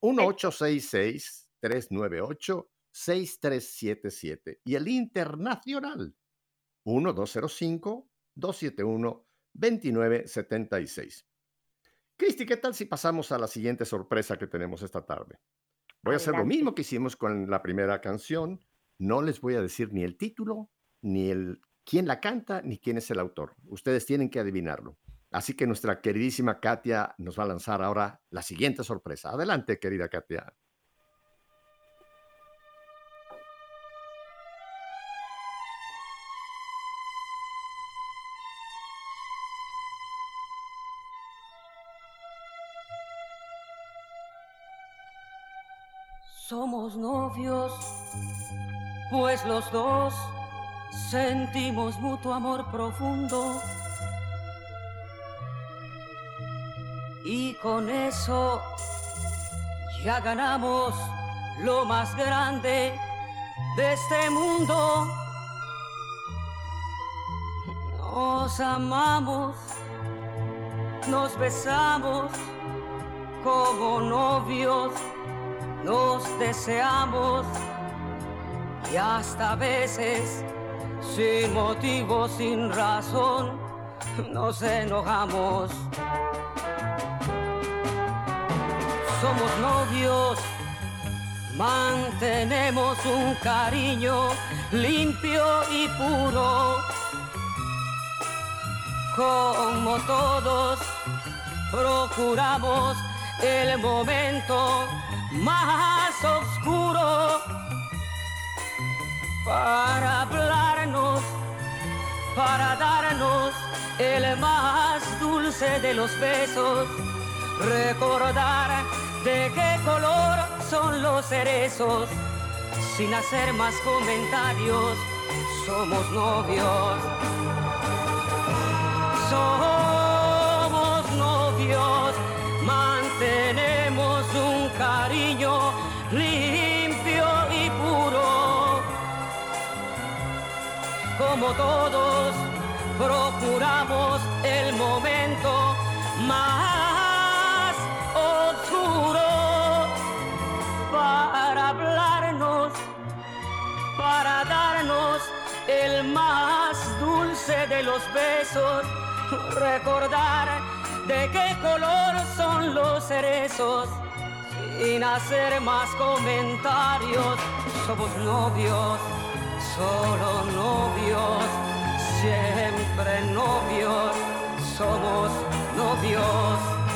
1-866-398-6377. Y el internacional, 1-205-271-2976. Cristi, ¿qué tal si pasamos a la siguiente sorpresa que tenemos esta tarde? Voy a hacer lo mismo que hicimos con la primera canción. No les voy a decir ni el título, ni quién la canta, ni quién es el autor. Ustedes tienen que adivinarlo. Así que nuestra queridísima Katia nos va a lanzar ahora la siguiente sorpresa. Adelante, querida Katia. Somos novios, pues los dos sentimos mutuo amor profundo. Y con eso ya ganamos lo más grande de este mundo. Nos amamos, nos besamos como novios. Nos deseamos y hasta a veces, sin motivo, sin razón, nos enojamos. Somos novios, mantenemos un cariño limpio y puro. Como todos, procuramos el momento más oscuro para hablarnos, para darnos el más dulce de los besos, recordar de qué color son los cerezos, sin hacer más comentarios, somos novios. Somos novios, mantenemos un cariño limpio y puro. Como todos, procuramos el momento más oscuro para hablarnos, para darnos el más dulce de los besos, recordar de qué color son los cerezos, sin hacer más comentarios. Somos novios, solo novios, siempre novios, somos novios.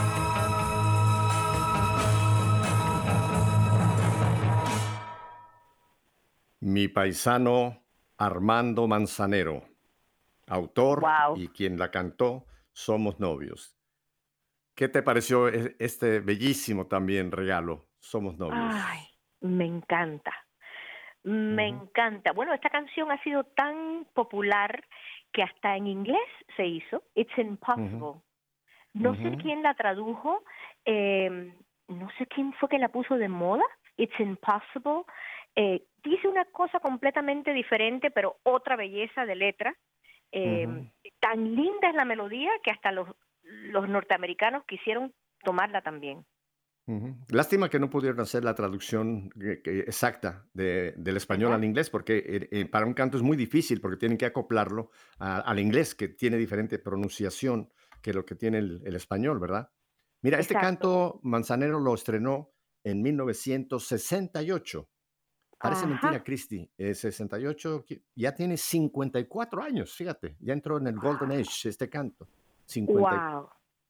Mi paisano Armando Manzanero, autor y quien la cantó, Somos Novios. ¿Qué te pareció este bellísimo también regalo, Somos Novios? Ay, me encanta. Me encanta. Bueno, esta canción ha sido tan popular que hasta en inglés se hizo. It's Impossible. No sé quién la tradujo. No sé quién fue que la puso de moda. It's Impossible. Dice una cosa completamente diferente, pero otra belleza de letra. Tan linda es la melodía que hasta los norteamericanos quisieron tomarla también. Lástima que no pudieron hacer la traducción exacta del español al inglés, porque para un canto es muy difícil, porque tienen que acoplarlo al inglés, que tiene diferente pronunciación que lo que tiene el español, ¿verdad? Mira, este canto Manzanero lo estrenó en 1968. Parece mentira, Cristi. 68, ya tiene 54 años, fíjate. Ya entró en el Golden Age este canto. 54.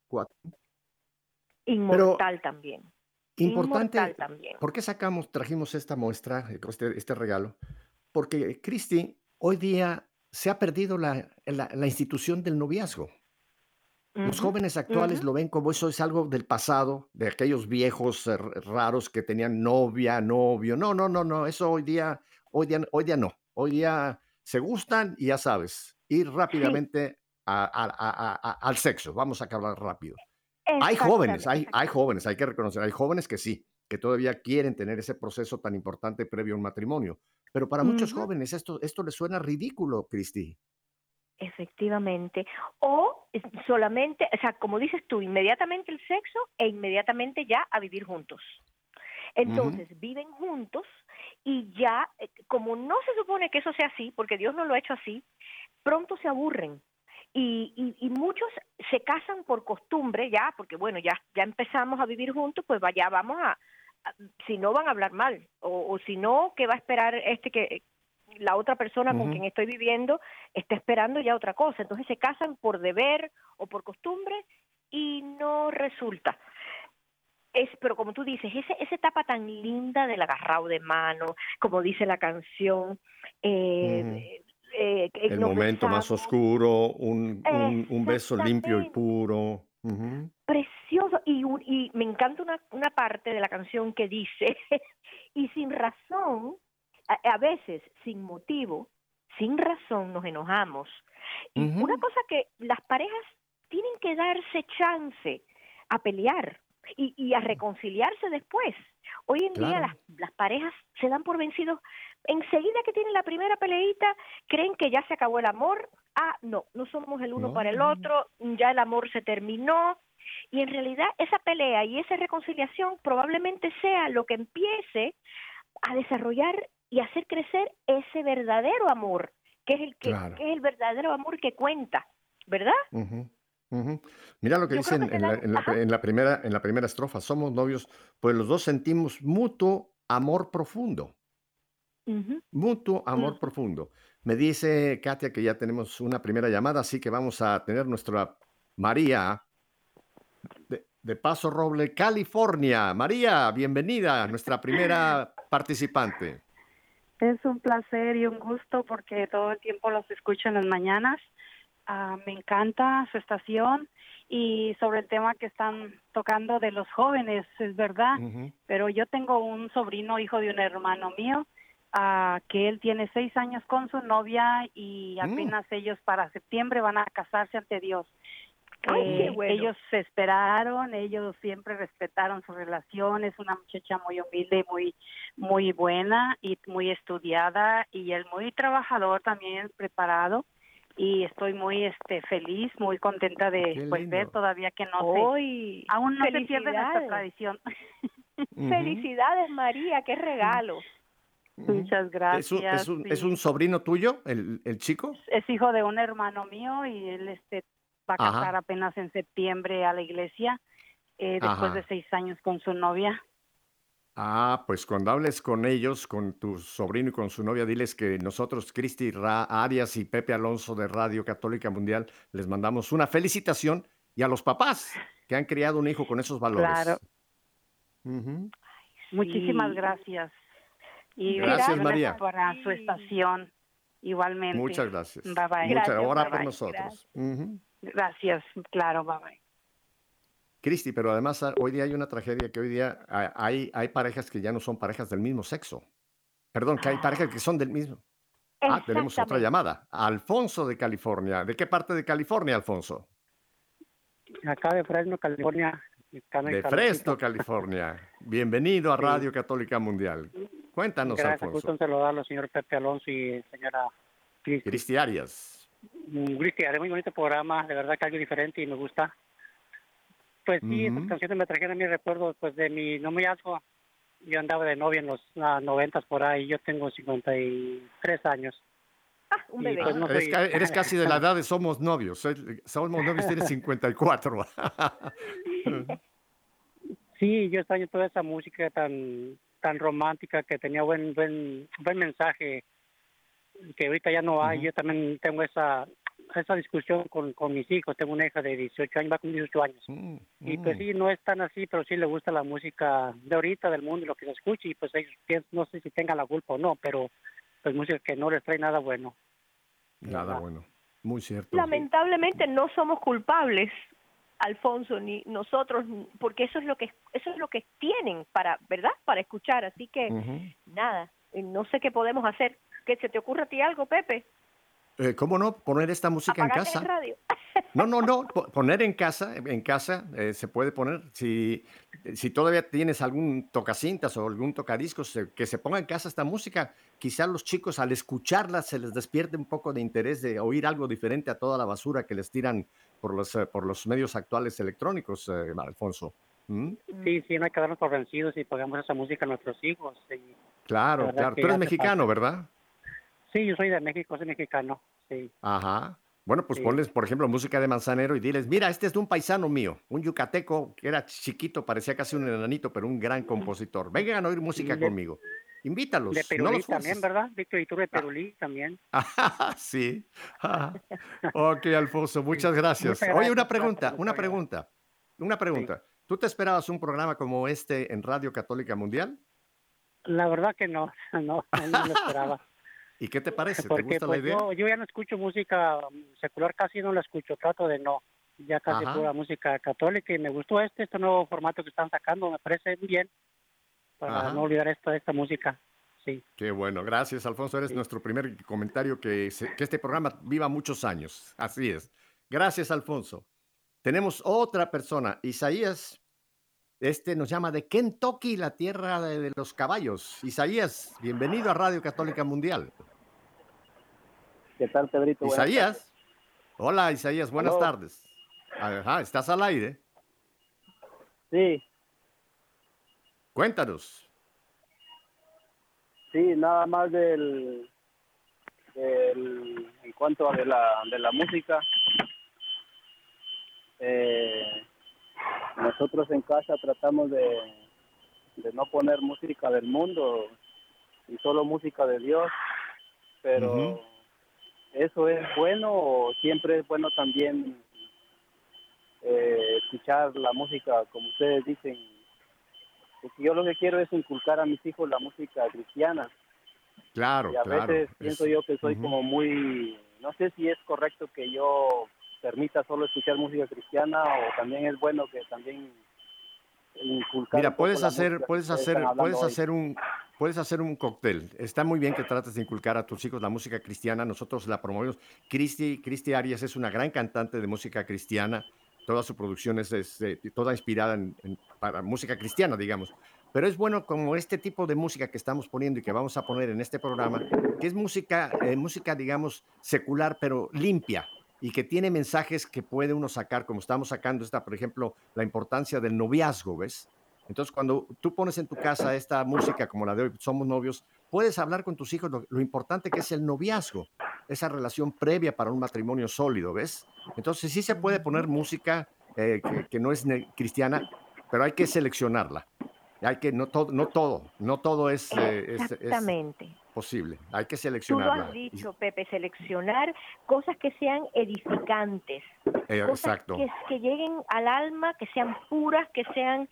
Inmortal también. Importante. Inmortal también. ¿Por qué trajimos esta muestra, este regalo? Porque, Cristi, hoy día se ha perdido la institución del noviazgo. Los jóvenes actuales lo ven como eso es algo del pasado, de aquellos viejos raros que tenían novia, novio. No, eso hoy día no. Hoy día se gustan y ya sabes, ir rápidamente al sexo. Vamos a acabar rápido. Hay jóvenes, hay que reconocer, hay jóvenes que sí, que todavía quieren tener ese proceso tan importante previo a un matrimonio. Pero para muchos jóvenes esto les suena ridículo, Cristi. Efectivamente. O solamente, o sea, como dices tú, inmediatamente el sexo e inmediatamente ya a vivir juntos. Entonces, viven juntos y ya, como no se supone que eso sea así, porque Dios no lo ha hecho así, pronto se aburren Y muchos se casan por costumbre ya, porque bueno, ya empezamos a vivir juntos, pues ya vamos si no van a hablar mal, o si no, ¿qué va a esperar que la otra persona con quien estoy viviendo está esperando ya otra cosa? Entonces se casan por deber o por costumbre y no resulta. Pero como tú dices, esa etapa tan linda del agarrado de mano, como dice la canción, el momento más oscuro, un beso limpio y puro. Precioso. Y me encanta una parte de la canción que dice, y sin razón, a veces sin motivo, sin razón nos enojamos. Y una cosa que las parejas tienen que darse chance a pelear y a reconciliarse después. Hoy en día las parejas se dan por vencidos. Enseguida que tienen la primera peleita, creen que ya se acabó el amor. No somos el uno para el otro, ya el amor se terminó. Y en realidad esa pelea y esa reconciliación probablemente sea lo que empiece a desarrollar y hacer crecer ese verdadero amor, que es que es el verdadero amor que cuenta, ¿verdad? Mira lo que dicen en la primera estrofa: somos novios, pues los dos sentimos mutuo amor profundo. Mutuo amor profundo. Me dice Katia que ya tenemos una primera llamada, así que vamos a tener nuestra María de Paso Roble, California. María, bienvenida, nuestra primera participante. Es un placer y un gusto porque todo el tiempo los escucho en las mañanas. Me encanta su estación y sobre el tema que están tocando de los jóvenes, es verdad, pero yo tengo un sobrino, hijo de un hermano mío, que él tiene 6 años con su novia y apenas ellos para septiembre van a casarse ante Dios. Qué bueno. Ellos se esperaron, ellos siempre respetaron su relación. Es una muchacha muy humilde, muy buena y muy estudiada, y él muy trabajador, también preparado, y estoy muy feliz, muy contenta de ver todavía que aún no se pierde nuestra tradición. Felicidades, María, qué regalo. Muchas gracias. ¿Es un sobrino tuyo, el chico? Es hijo de un hermano mío y él va a casar apenas en septiembre a la iglesia, después de 6 años con su novia. Pues cuando hables con ellos, con tu sobrino y con su novia, diles que nosotros, Cristi Arias y Pepe Alonso de Radio Católica Mundial, les mandamos una felicitación, y a los papás que han criado un hijo con esos valores. Claro. Muchísimas gracias. Y gracias, María. Para su estación, igualmente. Muchas gracias. Bye, bye. Muchas gracias por nosotros. Gracias, claro, bye, bye. Cristi, pero además hoy día hay una tragedia, que hoy día hay parejas que ya no son parejas del mismo sexo. Perdón, que hay parejas que son del mismo. Tenemos otra llamada. Alfonso de California. ¿De qué parte de California, Alfonso? Acá de Fresno, California. De Fresno, California. Bienvenido a Radio Católica Mundial. Cuéntanos, Gracias, Alfonso. Gusto en saludarlo, señor Pepe Alonso y señora Cristi Arias. Cristi, muy bonito programa, de verdad que algo diferente y me gusta. Pues sí, estas canciones me trajeron mis recuerdos pues de mi noviazgo. Yo andaba de novia en los 90 por ahí, yo tengo 53 años. Un bebé. Pues no Eres casi de la edad de Somos Novios. Somos Novios tiene 54. Sí, yo extraño toda esa música tan romántica, que tenía buen mensaje, que ahorita ya no hay. Yo también tengo esa discusión con mis hijos. Tengo una hija de 18 años, va con 18 años. Y pues sí, no es tan así, pero sí le gusta la música de ahorita, del mundo, lo que se escucha, y pues ellos no sé si tengan la culpa o no, pero pues música que no les trae nada bueno. Nada bueno, muy cierto. Lamentablemente no somos culpables, Alfonso, ni nosotros, porque eso es lo que tienen para, ¿verdad? Para escuchar, así que nada, no sé qué podemos hacer. ¿Qué se te ocurre a ti algo, Pepe? ¿Cómo no? Poner esta música en casa. El radio. No, poner en casa se puede poner. Si todavía tienes algún tocacintas o algún tocadiscos, que se ponga en casa esta música. Quizás los chicos al escucharla se les despierte un poco de interés de oír algo diferente a toda la basura que les tiran por los medios actuales electrónicos, Alfonso. Sí, no hay que darnos por vencidos y pongamos esa música a nuestros hijos. Claro. Tú eres mexicano, ¿verdad? Sí, yo soy de México, soy mexicano, sí. Ajá. Bueno, pues ponles, por ejemplo, música de Manzanero y diles, mira, este es de un paisano mío, un yucateco que era chiquito, parecía casi un enanito, pero un gran compositor. Vengan a oír música conmigo. Invítalos. De Perulí no los también, ¿verdad? Víctor Iturbe de Perulí también. Sí. Ok, Alfonso, muchas gracias. Oye, una pregunta. Sí. ¿Tú te esperabas un programa como este en Radio Católica Mundial? La verdad que no lo esperaba. ¿Y qué te parece? Porque, ¿Te gusta la idea? Yo ya no escucho música secular, casi no la escucho, trato de no. Ya casi pura música católica y me gustó este nuevo formato que están sacando, me parece bien para no olvidar esta música. Sí. Qué bueno, gracias Alfonso, eres nuestro primer comentario que este programa viva muchos años, así es. Gracias Alfonso. Tenemos otra persona, Isaías, nos llama de Kentucky, la tierra de los caballos. Isaías, bienvenido a Radio Católica Mundial. ¿Qué tal, Pedrito? Isaías. Hola, Isaías, buenas tardes. Ajá, ¿estás al aire? Sí. Cuéntanos. Sí, nada más en cuanto a de la música. Nosotros en casa tratamos de no poner música del mundo y solo música de Dios, pero ¿eso es bueno o siempre es bueno también escuchar la música, como ustedes dicen? Porque yo lo que quiero es inculcar a mis hijos la música cristiana. Claro, y a veces pienso yo que soy como muy, no sé si es correcto que yo permita solo escuchar música cristiana o también es bueno que también inculcar. Mira, puedes hacer un cóctel. Está muy bien que trates de inculcar a tus hijos la música cristiana. Nosotros la promovemos. Cristi Arias es una gran cantante de música cristiana. Toda su producción es toda inspirada para música cristiana, digamos. Pero es bueno como este tipo de música que estamos poniendo y que vamos a poner en este programa, que es música, digamos, secular, pero limpia y que tiene mensajes que puede uno sacar, como estamos sacando por ejemplo, la importancia del noviazgo, ¿ves? Entonces, cuando tú pones en tu casa esta música como la de hoy, Somos Novios, puedes hablar con tus hijos lo importante que es el noviazgo, esa relación previa para un matrimonio sólido, ¿ves? Entonces, sí se puede poner música que no es cristiana, pero hay que seleccionarla. No todo es posible. Hay que seleccionarla. Tú lo has dicho, Pepe, seleccionar cosas que sean edificantes, exacto. Cosas que lleguen al alma, que sean puras, que sean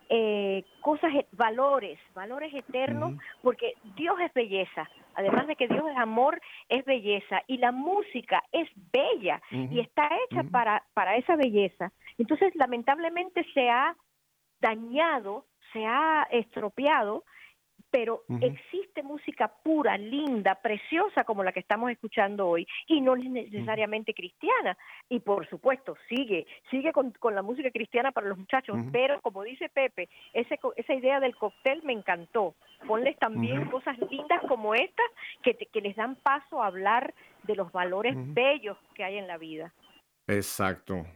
valores eternos, porque Dios es belleza. Además de que Dios es amor, es belleza. Y la música es bella y está hecha para esa belleza. Entonces, lamentablemente se ha dañado, se ha estropeado, pero existe música pura, linda, preciosa como la que estamos escuchando hoy y no es necesariamente cristiana. Y por supuesto, sigue con la música cristiana para los muchachos, pero como dice Pepe, esa idea del cóctel me encantó. Ponles también cosas lindas como estas que les dan paso a hablar de los valores bellos que hay en la vida. Exacto.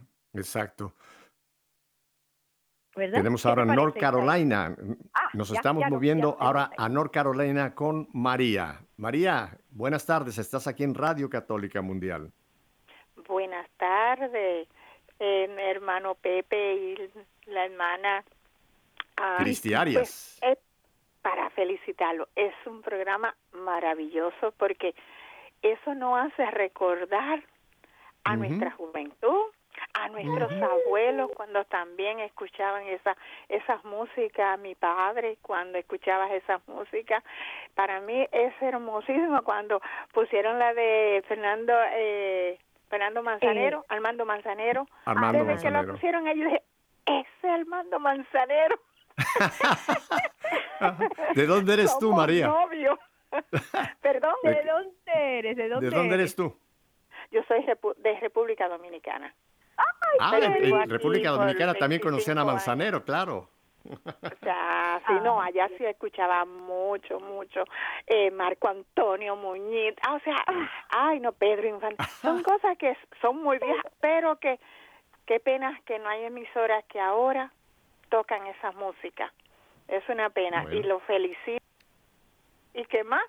¿Verdad? Tenemos ahora North Carolina. Nos estamos moviendo ahora a North Carolina con María. María, buenas tardes. Estás aquí en Radio Católica Mundial. Buenas tardes, hermano Pepe y la hermana Cristi Arias. Pues, para felicitarlo. Es un programa maravilloso porque eso nos hace recordar a nuestra juventud, a nuestros abuelos cuando también escuchaban esas músicas, mi padre cuando escuchaba esas músicas. Para mí es hermosísimo cuando pusieron la de Armando Manzanero. Desde que lo pusieron ellos dije, ese Armando Manzanero. ¿De dónde eres tú, María? Novio. Perdón. ¿De dónde eres? ¿De dónde eres tú? Yo soy de República Dominicana. En República Dominicana también conocían a Manzanero, claro. Ya, sí, no, allá sí escuchaba mucho, Marco Antonio Muñiz, o sea, Pedro Infante, son cosas que son muy viejas, pero que qué pena que no hay emisoras que ahora tocan esa música, es una pena, y lo felicito, y que más,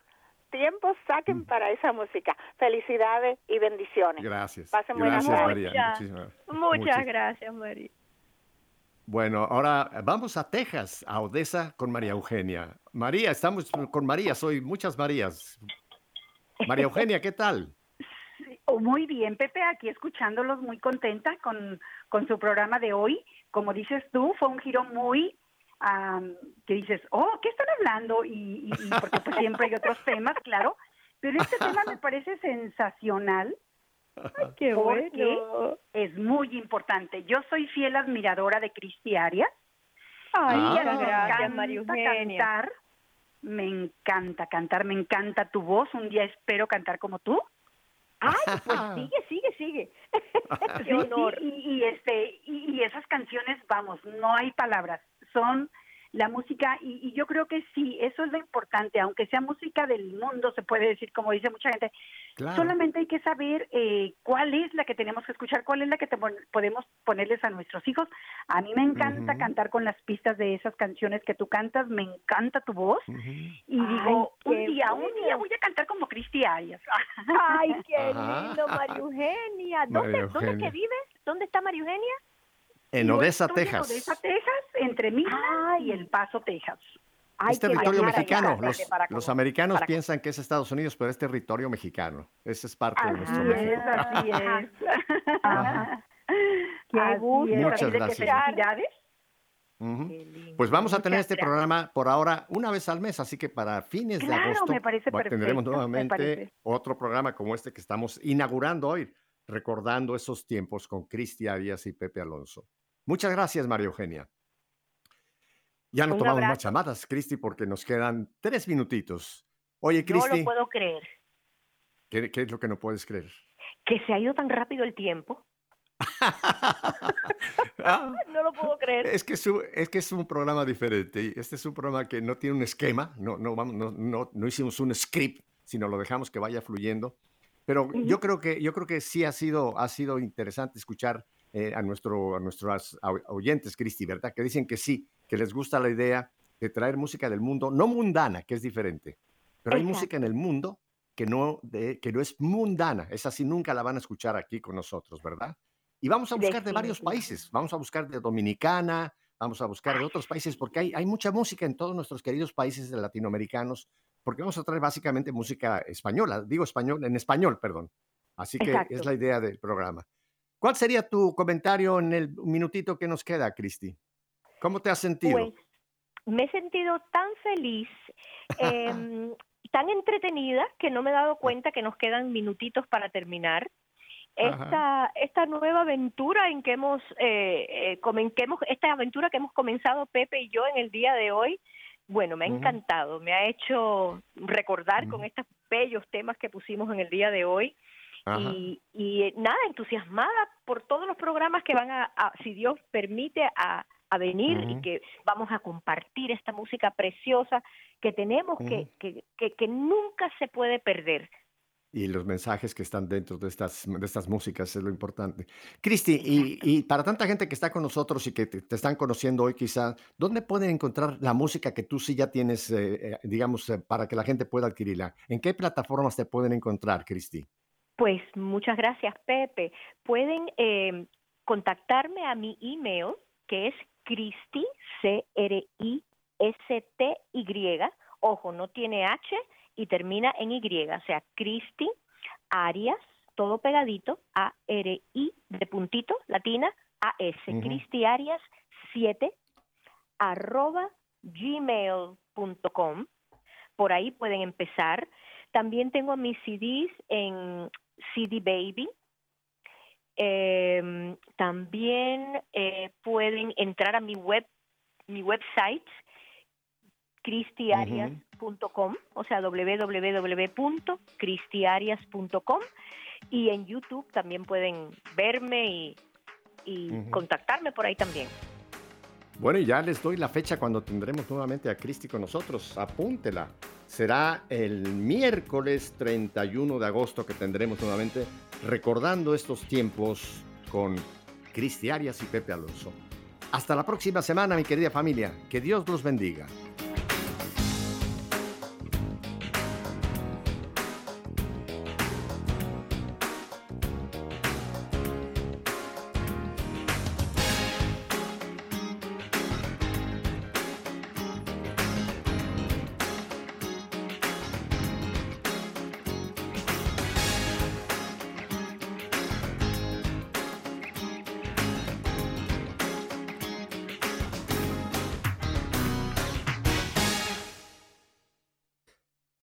tiempo saquen para esa música. Felicidades y bendiciones. Gracias. Pasen Gracias, buenas María. Muchas gracias, María. Bueno, ahora vamos a Texas, a Odessa con María Eugenia. María, estamos con María, soy muchas Marías. María Eugenia, ¿qué tal? Muy bien, Pepe, aquí escuchándolos, muy contenta con su programa de hoy. Como dices tú, fue un giro muy, que dices, ¿qué están hablando? Y porque pues siempre hay otros temas, claro, pero este tema me parece sensacional. Ay, qué porque bueno. es muy importante. Yo soy fiel admiradora de Cristi Arias. Ay, Me muchas gracias, encanta María Eugenia. cantar, me encanta cantar, me encanta tu voz. Un día espero cantar como tú. Ay, pues sigue. Qué honor. Y esas canciones, vamos, no hay palabras, son la música y yo creo que sí, eso es lo importante, aunque sea música del mundo, se puede decir, como dice mucha gente, Claro. solamente hay que saber cuál es la que tenemos que escuchar, cuál es la que podemos ponerles a nuestros hijos. A mí me encanta cantar con las pistas de esas canciones que tú cantas, me encanta tu voz y digo, un día voy a cantar como Cristi Arias. Ay, qué Ajá. lindo, María Eugenia. ¿Dónde Eugenia. que vives? ¿Dónde está María Eugenia? En Yo Odessa, estoy Texas. En Odessa, Texas, entre Midland y El Paso, Texas. Es territorio viajar mexicano. allá, Los americanos piensan que es Estados Unidos, pero es territorio mexicano. Esa es parte de nuestro México. Así es. Ajá. Qué gusto. Muchas gracias. Felicidades. Ujú. Pues vamos a tener este programa por ahora una vez al mes, así que para fines de Claro, agosto me parece tendremos perfecto, me nuevamente parece. otro programa como este que estamos inaugurando hoy, recordando esos tiempos con Cristi Arias y Pepe Alonso. Muchas gracias, María Eugenia. Ya no Un tomamos abrazo. más llamadas, Cristi, porque nos quedan 3 minutitos. Oye, No Cristi, lo puedo creer. ¿qué es lo que no puedes creer? Que se ha ido tan rápido el tiempo. Ah, No lo puedo creer. es que es un programa diferente. Y este es un programa que no tiene un esquema, no hicimos un script, sino lo dejamos que vaya fluyendo. Pero yo creo que sí ha sido interesante escuchar a nuestros oyentes, Cristi, ¿verdad? Que dicen que sí, que les gusta la idea de traer música del mundo, no mundana, que es diferente, pero hay música en el mundo que no es mundana. Esa sí nunca la van a escuchar aquí con nosotros, ¿verdad? Y vamos a buscar de varios países, vamos a buscar de Dominicana, vamos a buscar de otros países, porque hay mucha música en todos nuestros queridos países latinoamericanos, porque vamos a traer básicamente música española, en español, perdón. Así que Exacto. es la idea del programa. ¿Cuál sería tu comentario en el minutito que nos queda, Cristi? ¿Cómo te has sentido? Pues me he sentido tan feliz, tan entretenida, que no me he dado cuenta que nos quedan minutitos para terminar. Esta nueva aventura en que esta aventura que hemos comenzado Pepe y yo en el día de hoy, bueno, me ha encantado, me ha hecho recordar con estos bellos temas que pusimos en el día de hoy. Y nada, entusiasmada por todos los programas que van si Dios permite, a venir y que vamos a compartir esta música preciosa que tenemos que nunca se puede perder. Y los mensajes que están dentro de estas músicas es lo importante. Cristi, y para tanta gente que está con nosotros y que te están conociendo hoy quizá, ¿dónde pueden encontrar la música que tú sí ya tienes, para que la gente pueda adquirirla? ¿En qué plataformas te pueden encontrar, Cristi? Pues muchas gracias, Pepe. Pueden contactarme a mi email, que es Cristi, CRISTY, ojo, no tiene H y termina en Y, o sea, Cristi Arias, todo pegadito, ARI de puntito, latina, AS, Cristi Arias 7 @gmail.com. Por ahí pueden empezar. También tengo mis CDs en CD Baby. También pueden entrar a mi website, cristiarias.com, o sea, www.cristiarias.com, y en YouTube también pueden verme y contactarme por ahí también. Bueno, y ya les doy la fecha cuando tendremos nuevamente a Cristi con nosotros. Apúntela. Será el miércoles 31 de agosto que tendremos nuevamente recordando estos tiempos con Cristi Arias y Pepe Alonso. Hasta la próxima semana, mi querida familia. Que Dios los bendiga.